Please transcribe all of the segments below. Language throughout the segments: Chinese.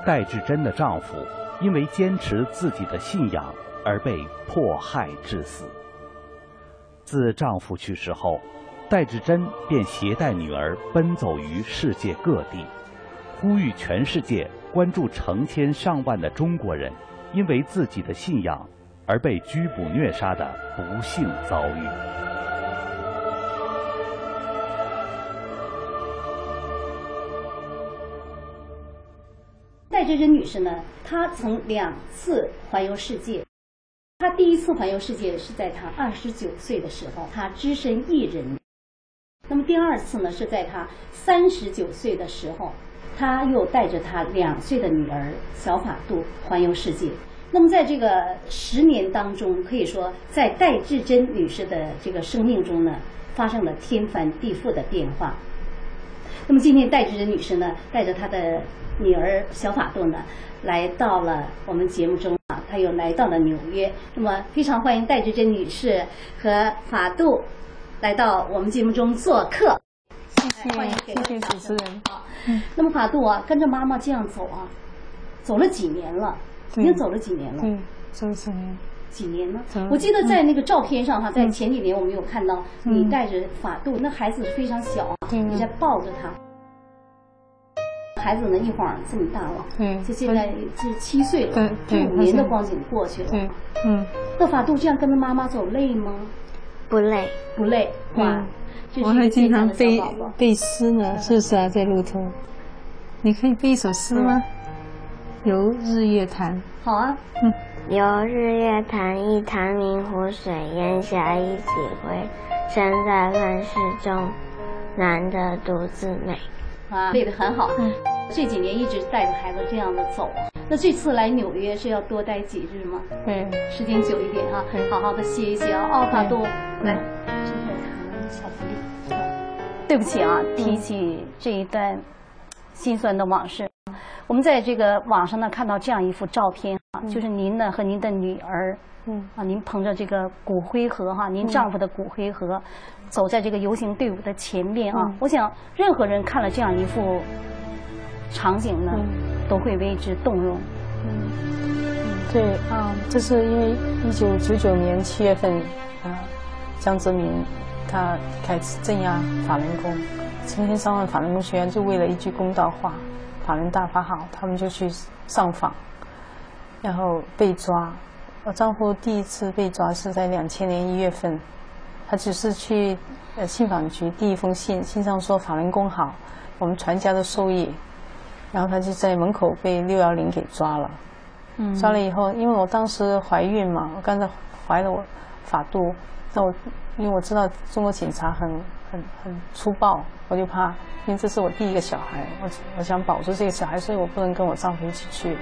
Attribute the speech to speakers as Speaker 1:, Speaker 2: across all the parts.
Speaker 1: 戴志珍的丈夫因为坚持自己的信仰而被迫害致死。自丈夫去世后，戴志珍便携带女儿奔走于世界各地，呼吁全世界关注成千上万的中国人因为自己的信仰而被拘捕虐杀的不幸遭遇。
Speaker 2: 戴志珍女士呢，她曾2次环游世界。她第一次环游世界是在她29岁的时候，她只身一人。那么第2次呢，是在她39岁的时候，她又带着她2岁的女儿小法度环游世界。那么在这个10年当中，可以说在戴志珍女士的这个生命中呢，发生了天翻地覆的变化。那么今天戴志珍女士呢，带着她的女儿小法度呢，来到了我们节目中啊，她又来到了纽约。那么非常欢迎戴志珍女士和法度来到我们节目中做客。
Speaker 3: 谢谢，
Speaker 2: 欢迎
Speaker 3: 谢谢主持人。
Speaker 2: 那么法度啊，跟着妈妈这样走啊，走了几年了？已经走了几年了？
Speaker 3: 对，走了几年。
Speaker 2: 几年呢？我记得在那个照片上哈，在前几年我们有看到你带着法度，那孩子是非常小啊，你在抱着他。孩子呢，一会儿这么大了，就现在是7岁了，这5年的光景过去了。
Speaker 3: 对，
Speaker 2: 那法度这样跟着妈妈走累吗？
Speaker 4: 不累，
Speaker 2: 不累。哇，
Speaker 3: 我还经常背诗呢，是不是啊？在路途，你可以背一首诗吗？游日月潭。
Speaker 2: 好啊。
Speaker 4: 游日月潭，一潭明湖水，烟霞一起辉。身在乱世中，难得独自美。
Speaker 2: 啊，背得很好。这几年一直带着孩子这样的走。那这次来纽约是要多待几日吗？
Speaker 3: 对，
Speaker 2: 时间久一点哈，好好的歇一歇啊。法度，来，这个巧克力。对不起啊，提起这一段心酸的往事。我们在这个网上呢看到这样一幅照片啊，就是您呢和您的女儿，您捧着这个骨灰盒哈，您丈夫的骨灰盒，走在这个游行队伍的前面啊。我想任何人看了这样一幅场景呢，都会为之动容。
Speaker 3: 对啊，这是因为1999年7月份江泽民他开始镇压法轮功，成千上万法轮功学员就为了一句公道话，法轮大法好，他们就去上访，然后被抓。我丈夫第一次被抓是在2000年1月份，他只是去信访局递一封信，信上说法轮功好，我们全家都受益，然后他就在门口被610给抓了。抓了以后，因为我当时怀孕嘛，我刚才怀了我法度，那因为我知道中国警察很粗暴，我就怕，因为这是我第一个小孩，我想保住这个小孩，所以我不能跟我丈夫一起去。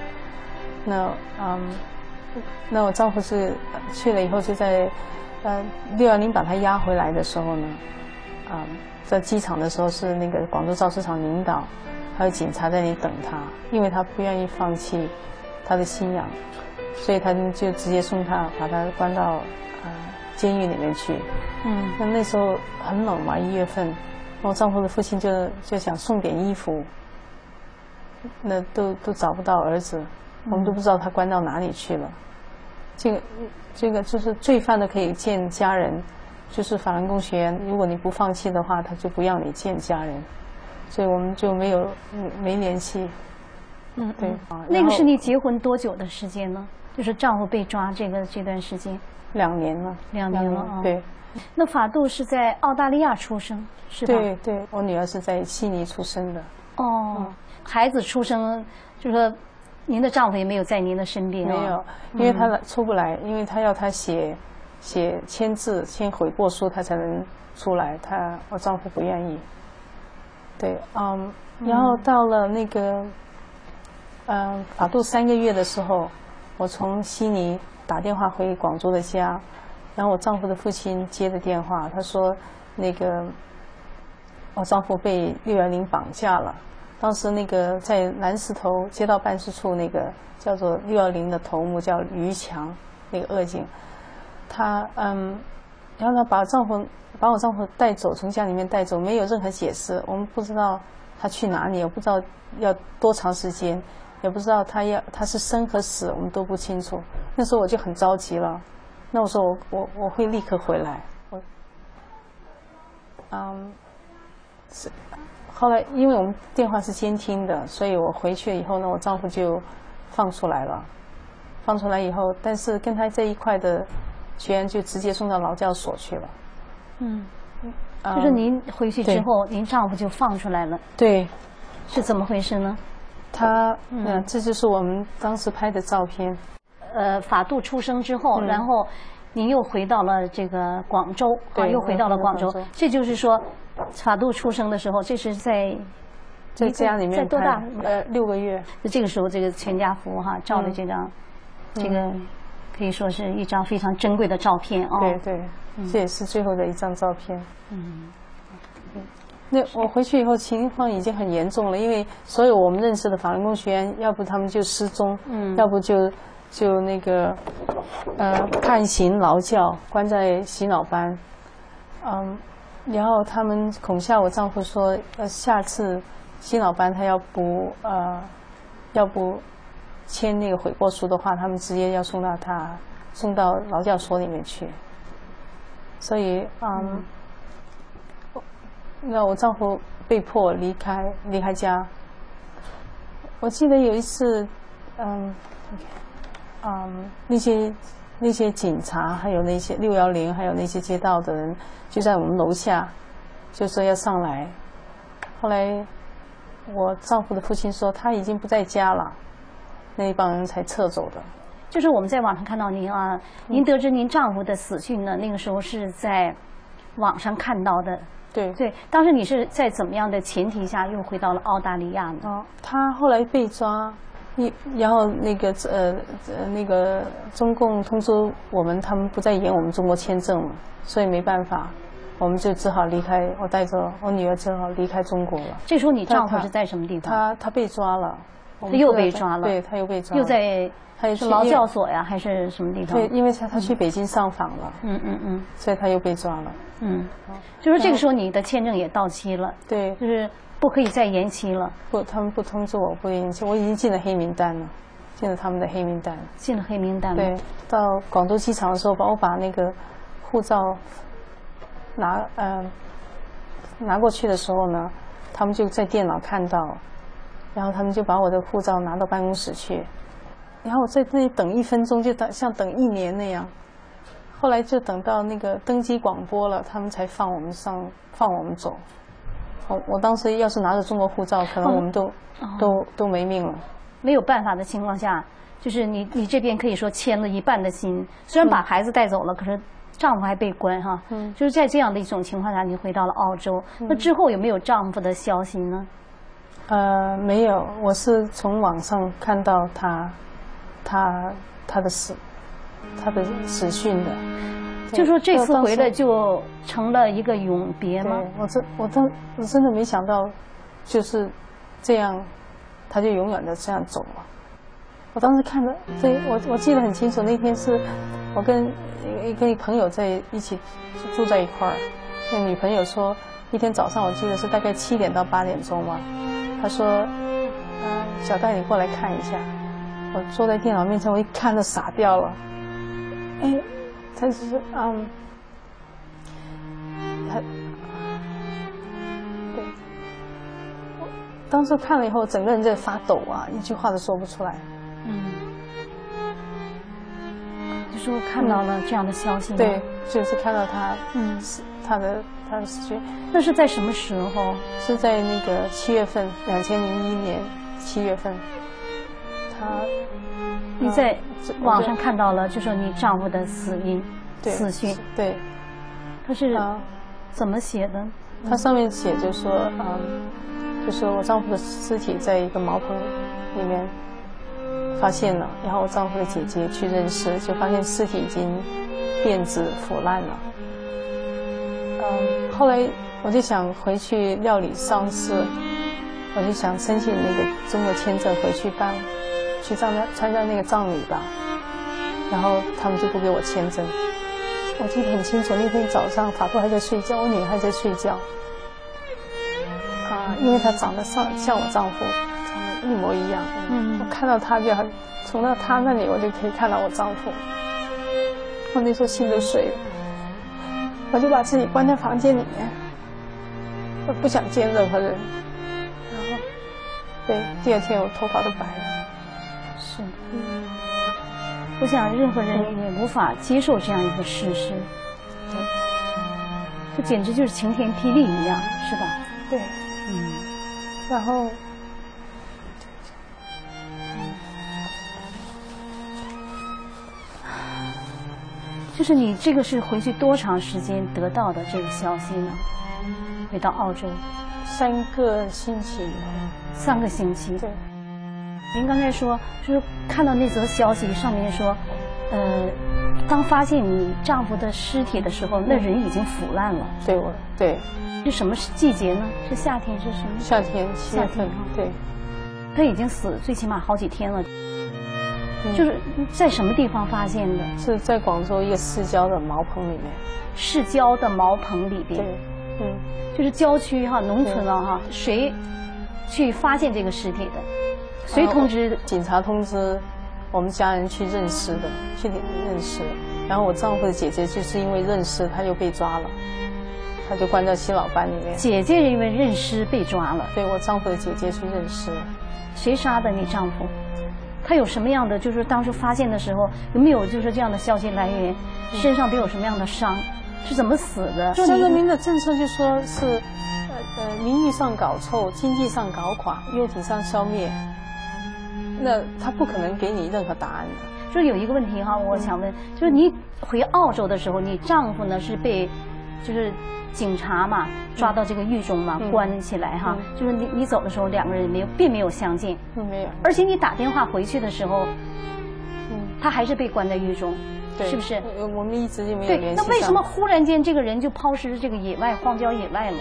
Speaker 3: 那我丈夫是去了以后，就在610把他押回来的时候呢，在机场的时候是那个广州造市场领导还有警察在那里等他，因为他不愿意放弃他的信仰，所以他们就直接把他关到监狱里面去。那时候很冷嘛，1月份，我丈夫的父亲就想送点衣服，那都找不到儿子，我们都不知道他关到哪里去了。这个就是罪犯都可以见家人，就是法轮功学员，如果你不放弃的话，他就不让你见家人，所以我们就没联系。对。
Speaker 2: 那个是你结婚多久的时间呢？就是丈夫被抓这段时间
Speaker 3: ？2年了。
Speaker 2: 2年了啊。
Speaker 3: 对。
Speaker 2: 那法度是在澳大利亚出生，是吧？
Speaker 3: 对，我女儿是在悉尼出生的。
Speaker 2: 孩子出生就是说，您的丈夫也没有在您的身边。
Speaker 3: 没有，因为他出不来，因为他要他写签字、签悔过书，他才能出来。我丈夫不愿意。对，然后到了那个法度3个月的时候，我从悉尼打电话回广州的家。然后我丈夫的父亲接的电话，他说那个我丈夫被610绑架了。当时那个在南石头街道办事处那个叫做610的头目叫于强，那个恶警，他然后他把我丈夫带走，从家里面带走，没有任何解释，我们不知道他去哪里，我不知道要多长时间， 也不知道他是生和死，我们都不清楚。那时候我就很着急了，那我说我会立刻回来。后来因为我们电话是监听的，所以我回去以后呢，我丈夫就放出来了。放出来以后，但是跟他在一块的学员就直接送到劳教所去了。
Speaker 2: 就是您回去之后，您丈夫就放出来了。
Speaker 3: 对，
Speaker 2: 是怎么回事呢？
Speaker 3: 这就是我们当时拍的照片。
Speaker 2: 法度出生之后，然后您又回到了这个广州，又回到了广州。这就是说，法度出生的时候，这是在
Speaker 3: 家里面
Speaker 2: 在多大
Speaker 3: ？6个月。
Speaker 2: 这个时候，这个全家福照的这张，这个可以说是一张非常珍贵的照片啊。
Speaker 3: 对，这也是最后的一张照片。那我回去以后情况已经很严重了，因为所有我们认识的法轮功学员，要不他们就失踪，要不就那个判刑劳教，关在洗脑班，然后他们恐吓我丈夫说，下次洗脑班他要不签那个悔过书的话，他们直接要送到劳教所里面去。所以那我丈夫被迫离开家。我记得有一次，那些警察，还有那些610，还有那些街道的人，就在我们楼下，就说要上来。后来我丈夫的父亲说他已经不在家了，那一帮人才撤走的。
Speaker 2: 就是我们在网上看到您您得知您丈夫的死讯呢，那个时候是在网上看到的。
Speaker 3: 对，
Speaker 2: 当时你是在怎么样的前提下又回到了澳大利亚呢？
Speaker 3: 他后来被抓，然后那个中共通知他们不再延我们中国签证了，所以没办法，我们就只好离开。我带着我女儿只好离开中国了。
Speaker 2: 这时候你丈夫是在什么地方？
Speaker 3: 他被抓了，
Speaker 2: 他又被抓了。
Speaker 3: 对，他又被抓了。
Speaker 2: 又在是劳教所呀，还是什么地方？
Speaker 3: 对，因为他去北京上访了。所以他又被抓了。
Speaker 2: 就是这个时候你的签证也到期了。
Speaker 3: 对，
Speaker 2: 就是不可以再延期了。
Speaker 3: 不，他们不通知我不延期，我已经进了黑名单了，进了他们的黑名单。
Speaker 2: 进了黑名单了。
Speaker 3: 对，到广州机场的时候，我把那个护照拿过去的时候呢，他们就在电脑看到，然后他们就把我的护照拿到办公室去，然后我在那里等1分钟，就像等1年那样。后来就等到那个登机广播了，他们才放我们走。我当时要是拿着中国护照，可能我们都没命了。
Speaker 2: 没有办法的情况下，就是你这边可以说签了一半的心，虽然把孩子带走了，可是丈夫还被关哈。就是在这样的一种情况下，你回到了澳洲。那之后有没有丈夫的消息呢？
Speaker 3: 没有，我是从网上看到他的死讯的。
Speaker 2: 就说这次回来就成了一个永别吗？
Speaker 3: 我真的没想到，就是这样，他就永远的这样走了。我当时看的，我记得很清楚，那天是我跟一个朋友在一起住在一块儿，那女朋友说，一天早上我记得是大概7点到8点钟嘛，她说，小戴你过来看一下。我坐在电脑面前，我一看都傻掉了。他就是对，我当时看了以后，整个人在发抖啊，一句话都说不出来。
Speaker 2: 就说看到了这样的消息。
Speaker 3: 对，就是看到他的死讯。
Speaker 2: 那是在什么时候？
Speaker 3: 是在那个7月份，2001年7月份。
Speaker 2: 你在网上看到了，就说你丈夫的死讯。
Speaker 3: 对。
Speaker 2: 他是怎么写的？
Speaker 3: 他上面写就说，就是我丈夫的尸体在一个茅棚里面发现了，然后我丈夫的姐姐去认尸，就发现尸体已经变质腐烂了。后来我就想回去料理丧事，我就想申请那个中国签证回去去参加那个葬礼吧，然后他们就不给我签证。我记得很清楚，那天早上法度还在睡觉，我女儿还在睡觉，因为她长得像我丈夫，长得一模一样。我看到他就从到他那里，我就可以看到我丈夫。我那时候心都碎了，我就把自己关在房间里面，我不想见任何人。然后，对，第二天我头发都白了。
Speaker 2: 是，我想任何人也无法接受这样一个事实。对，这简直就是晴天霹雳一样，是吧？
Speaker 3: 对，然后。
Speaker 2: 就是你这个是回去多长时间得到的这个消息呢？回到澳洲
Speaker 3: 3个星期
Speaker 2: ，3个星期。
Speaker 3: 对。
Speaker 2: 您刚才说，就是看到那则消息上面说，当发现你丈夫的尸体的时候，那人已经腐烂了。
Speaker 3: 对。
Speaker 2: 是什么季节呢？是夏天是什么？
Speaker 3: 夏天7月份。对。
Speaker 2: 他已经死，最起码好几天了。就是在什么地方发现的？
Speaker 3: 是在广州一个市郊的茅棚里面。
Speaker 2: 市郊的茅棚里边。
Speaker 3: 对，
Speaker 2: 就是郊区哈，农村了哈。谁去发现这个尸体的？谁通知？
Speaker 3: 警察通知我们家人去认尸的，去认尸。然后我丈夫的姐姐就是因为认尸，她又被抓了，她就关在新老班里面。
Speaker 2: 姐姐因为认尸被抓了。
Speaker 3: 对，我丈夫的姐姐去认尸。
Speaker 2: 谁杀的你丈夫？他有什么样的？就是当时发现的时候，有没有就是这样的消息来源？身上都有什么样的伤？是怎么死的？
Speaker 3: 江泽民的政策就说是，名誉上搞臭，经济上搞垮，肉体上消灭。那他不可能给你任何答案的。
Speaker 2: 就是有一个问题哈，我想问，就是你回澳洲的时候，你丈夫呢是被，就是警察嘛抓到这个狱中嘛，关起来哈。就是你走的时候，2个人并没有相见。
Speaker 3: 没有。
Speaker 2: 而且你打电话回去的时候，他还是被关在狱中，是不是？
Speaker 3: 我们一直就没有联系上。
Speaker 2: 对，那为什么忽然间这个人就抛尸这个荒郊野外了？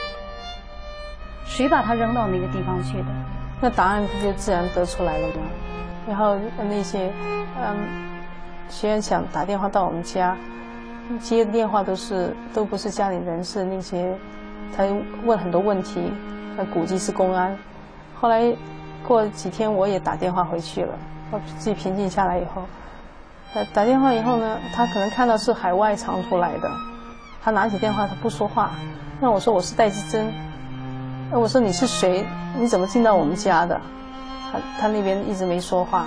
Speaker 2: 谁把他扔到那个地方去的？
Speaker 3: 那答案不就自然得出来了吗？然后那些学员想打电话到我们家，接的电话都不是家里人，是那些他问很多问题，他估计是公安。后来过几天我也打电话回去了，我自己平静下来以后，打电话以后呢，他可能看到是海外长途来的，他拿起电话他不说话。那我说我是戴志珍，我说你是谁？你怎么进到我们家的？他那边一直没说话，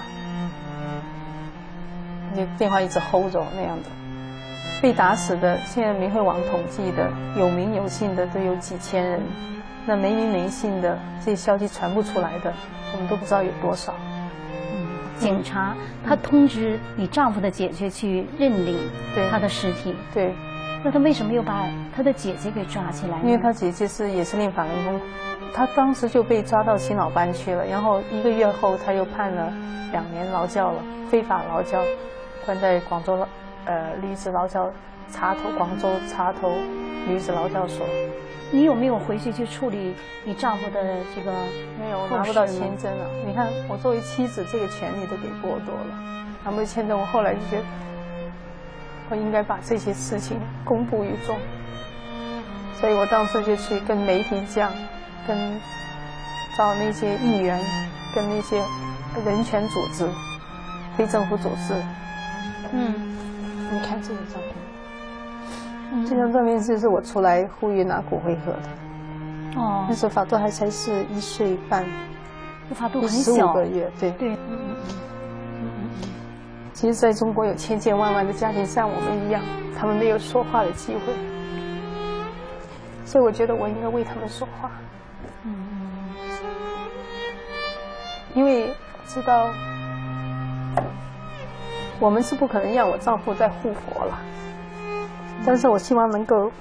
Speaker 3: 就电话一直 hold 着那样的。被打死的，现在民会网统计的，有名有姓的都有几千人，那没名没姓的，这些消息传不出来的，我们都不知道有多少。
Speaker 2: 警察他通知你丈夫的姐姐去认领他的尸体。
Speaker 3: 对。
Speaker 2: 那他为什么又把他的姐姐给抓起来呢？
Speaker 3: 因为他姐姐也是练法轮功，他当时就被抓到新老班去了，然后1个月后他又判了2年劳教了，非法劳教，关在广州女子劳教广州插头女子劳教所。
Speaker 2: 你有没有回去处理你丈夫的这个？
Speaker 3: 没有，拿不到签证了。你看我作为妻子，这个权利都给剥夺了，拿不到签证。我后来就觉得我应该把这些事情公布于众，所以我当时就去跟媒体讲，找那些议员，跟那些人权组织、非政府组织。你看这张照片，这张照片就是我出来呼吁拿骨灰盒的。那时候法度还才是1岁半，
Speaker 2: 法度很小
Speaker 3: ，15个月，对。其实在中国有千千万万的家庭像我们一样，他们没有说话的机会，所以我觉得我应该为他们说话。因为我知道我们是不可能让我丈夫再护佛了，但是我希望能够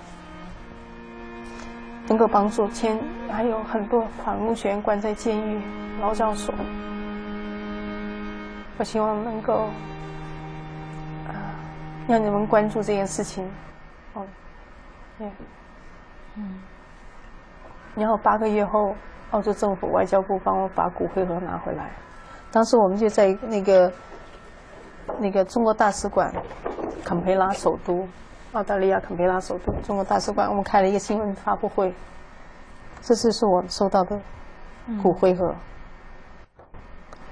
Speaker 3: 帮助还有很多法轮功学员关在监狱、劳教所，我希望能够让你们关注这件事情。然后8个月后，澳洲政府外交部帮我把骨灰盒拿回来。当时我们就在那个中国大使馆，坎培拉首都，澳大利亚坎培拉首都中国大使馆，我们开了一个新闻发布会。这就是我收到的骨灰盒。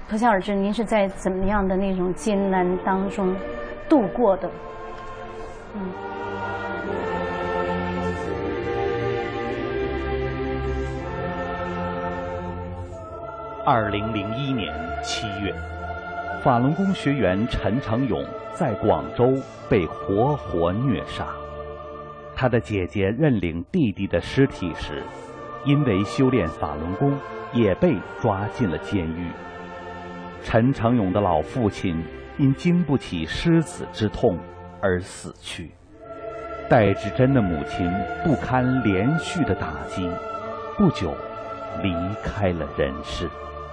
Speaker 2: 可想而知，您是在怎么样的那种艰难当中度过的？嗯。
Speaker 1: 2001年7月，法轮功学员陈成勇在广州被活活虐杀。他的姐姐认领弟弟的尸体时，因为修炼法轮功，也被抓进了监狱。陈成勇的老父亲因经不起失子之痛而死去。戴志珍的母亲不堪连续的打击，不久离开了人世。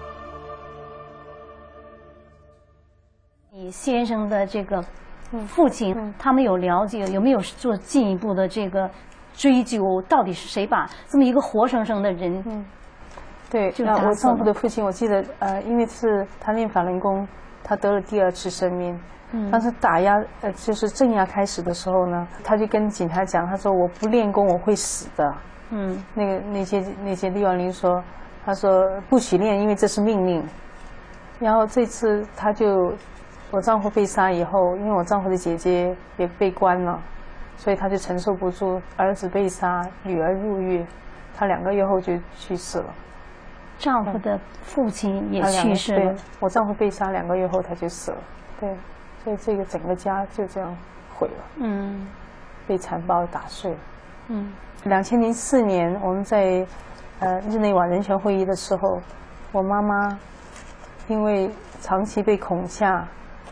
Speaker 2: 你先生的这个父亲，他们有了解，有没有做进一步的这个追究？到底是谁把这么一个活生生的人？
Speaker 3: 对，我丈夫的父亲，我记得，因为是他练法轮功，他得了第2次生命。当时打压，就是镇压开始的时候呢，他就跟警察讲，他说我不练功我会死的。那些力王灵说，他说不许练，因为这是命令。然后这次我丈夫被杀以后，因为我丈夫的姐姐也被关了，所以他就承受不住，儿子被杀，女儿入狱，他2个月后就去世了。
Speaker 2: 丈夫的父亲也去世了。
Speaker 3: 对，我丈夫被杀2个月后他就死了。对，所以这个整个家就这样毁了。被残暴打碎了。2004年我们在日内瓦人权会议的时候，我妈妈因为长期被恐吓，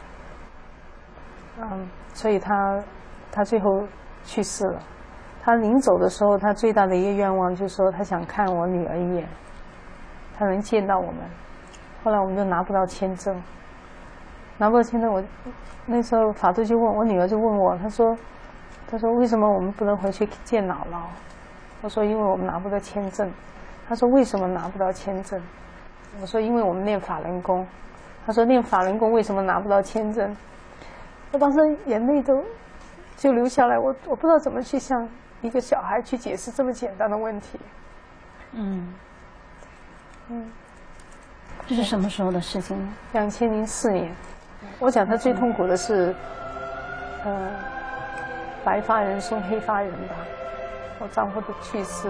Speaker 3: 所以她最后去世了。她临走的时候，她最大的一个愿望就是说，她想看我女儿一眼，她能见到我们。后来我们就拿不到签证，我那时候法度就问我女儿，就问我，她说为什么我们不能回去见姥姥？我说因为我们拿不到签证。她说为什么拿不到签证？我说因为我们练法轮功。她说练法轮功为什么拿不到签证？我当时眼泪就流下来，我不知道怎么去向一个小孩去解释这么简单的问题。
Speaker 2: 这是什么时候的事情呢
Speaker 3: ？2004年。我讲他最痛苦的是，白发人送黑发人吧。我丈夫的去世。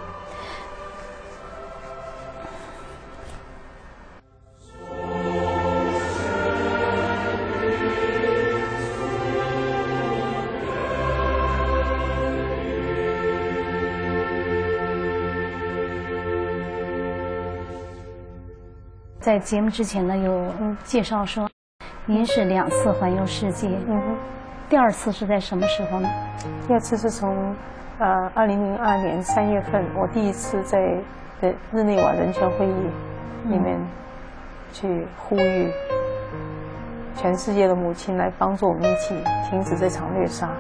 Speaker 2: 在节目之前呢，有介绍说，您是2次环游世界。第2次是在什么时候呢？
Speaker 3: 第2次是从2002年3月份，我第1次在日内瓦人权会议里面去呼吁全世界的母亲来帮助我们一起停止这场虐杀。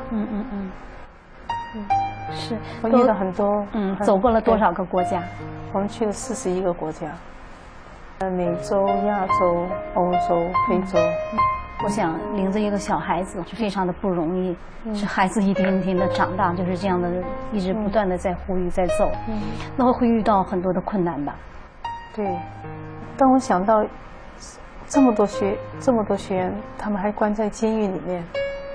Speaker 2: 是，
Speaker 3: 我遇到很多。
Speaker 2: 走过了多少个国家？
Speaker 3: 我们去了41个国家。美洲、亚洲、欧洲、非洲。
Speaker 2: 我想领着一个小孩子是非常的不容易，是孩子一天一天的长大，就是这样的，一直不断的在呼吁在走，那会遇到很多的困难吧？
Speaker 3: 对，当我想到这么多学员，他们还关在监狱里面，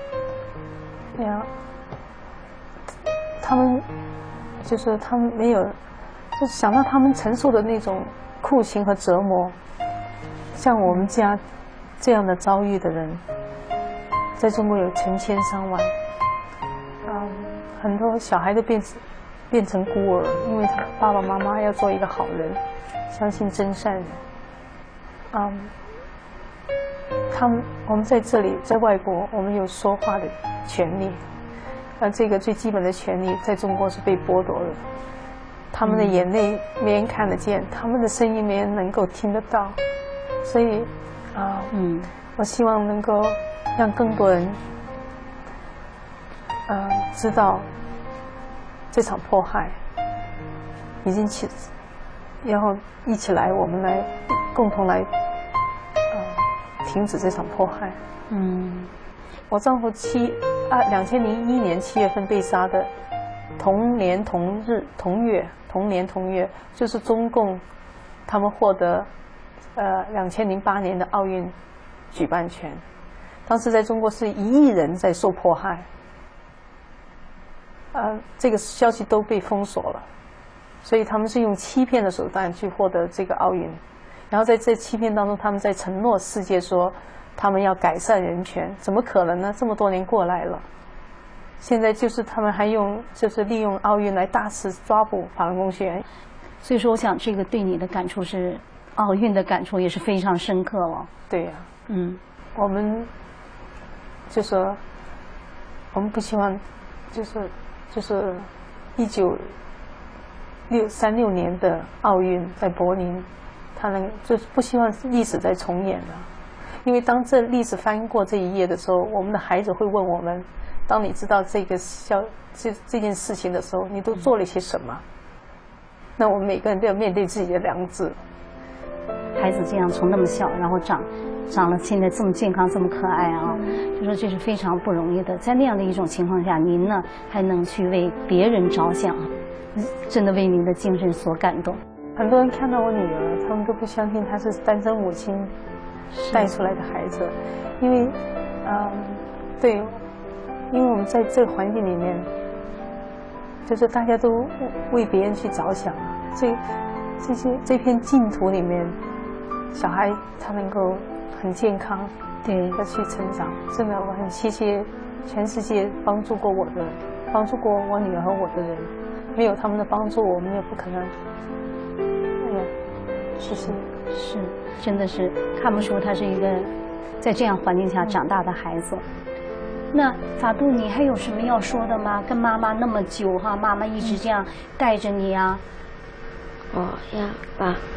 Speaker 3: 他们没有，就想到他们承受的那种酷刑和折磨，像我们家这样的遭遇的人，在中国有成千上万。很多小孩都变成孤儿，因为他爸爸妈妈要做一个好人，相信真善人。我们在这里，在外国，我们有说话的权利，这个最基本的权利在中国是被剥夺了。他们的眼泪没人看得见，他们的声音没人能够听得到，所以我希望能够让更多人知道这场迫害已经起，然后一起来，我们来共同来停止这场迫害。我丈夫2001年7月份被杀的，同年同月，就是中共他们获得 2008年的奥运举办权，当时在中国是1亿人在受迫害，这个消息都被封锁了，所以他们是用欺骗的手段去获得这个奥运，然后在这欺骗当中，他们在承诺世界说他们要改善人权，怎么可能呢？这么多年过来了，现在就是他们还就是利用奥运来大肆抓捕法轮功学员。
Speaker 2: 所以说，我想这个对你的感触是，奥运的感触也是非常深刻了。
Speaker 3: 对呀，我们就说，我们不希望，就是1936年的奥运在柏林，就是不希望历史再重演了。因为当这历史翻过这一页的时候，我们的孩子会问我们：当你知道这件事情的时候，你都做了些什么？那我们每个人都要面对自己的良知。
Speaker 2: 孩子这样从那么小，然后长了现在这么健康、这么可爱啊，就说这是非常不容易的。在那样的一种情况下，您呢还能去为别人着想，真的为您的精神所感动。
Speaker 3: 很多人看到我女儿，他们都不相信她是单身母亲带出来的孩子，因为因为我们在这个环境里面，就是大家都为别人去着想啊。这片净土里面，小孩他能够很健康，
Speaker 2: 对，
Speaker 3: 要去成长。真的，我很谢谢全世界帮助过我女儿和我的人，没有他们的帮助，我们也不可能。哎呀，谢谢。
Speaker 2: 是，真的是看不出他是一个在这样环境下长大的孩子。那法度，你还有什么要说的吗？跟妈妈那么久哈，妈妈一直这样带着你啊。
Speaker 4: 我要爸爸。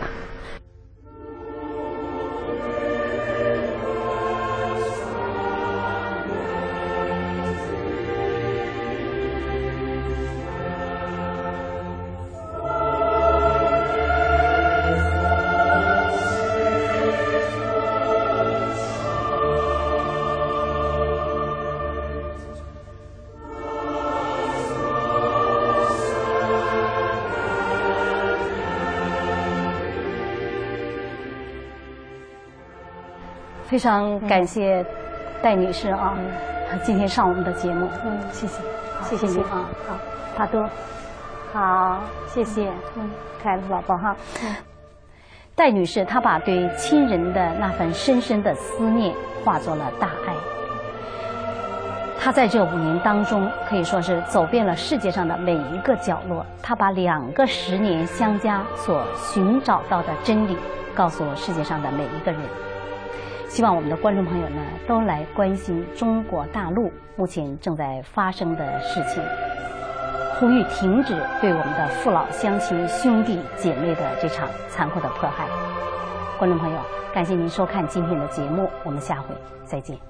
Speaker 2: 非常感谢戴女士啊，今天上我们的节目，谢谢，谢谢你啊，好，法度，好，谢谢，可爱的宝宝哈。戴女士她把对亲人的那份深深的思念化作了大爱。她在这5年当中可以说是走遍了世界上的每一个角落，她把2个10年相加所寻找到的真理告诉世界上的每一个人。希望我们的观众朋友呢都来关心中国大陆目前正在发生的事情，呼吁停止对我们的父老乡亲、兄弟姐妹的这场残酷的迫害。观众朋友，感谢您收看今天的节目，我们下回再见。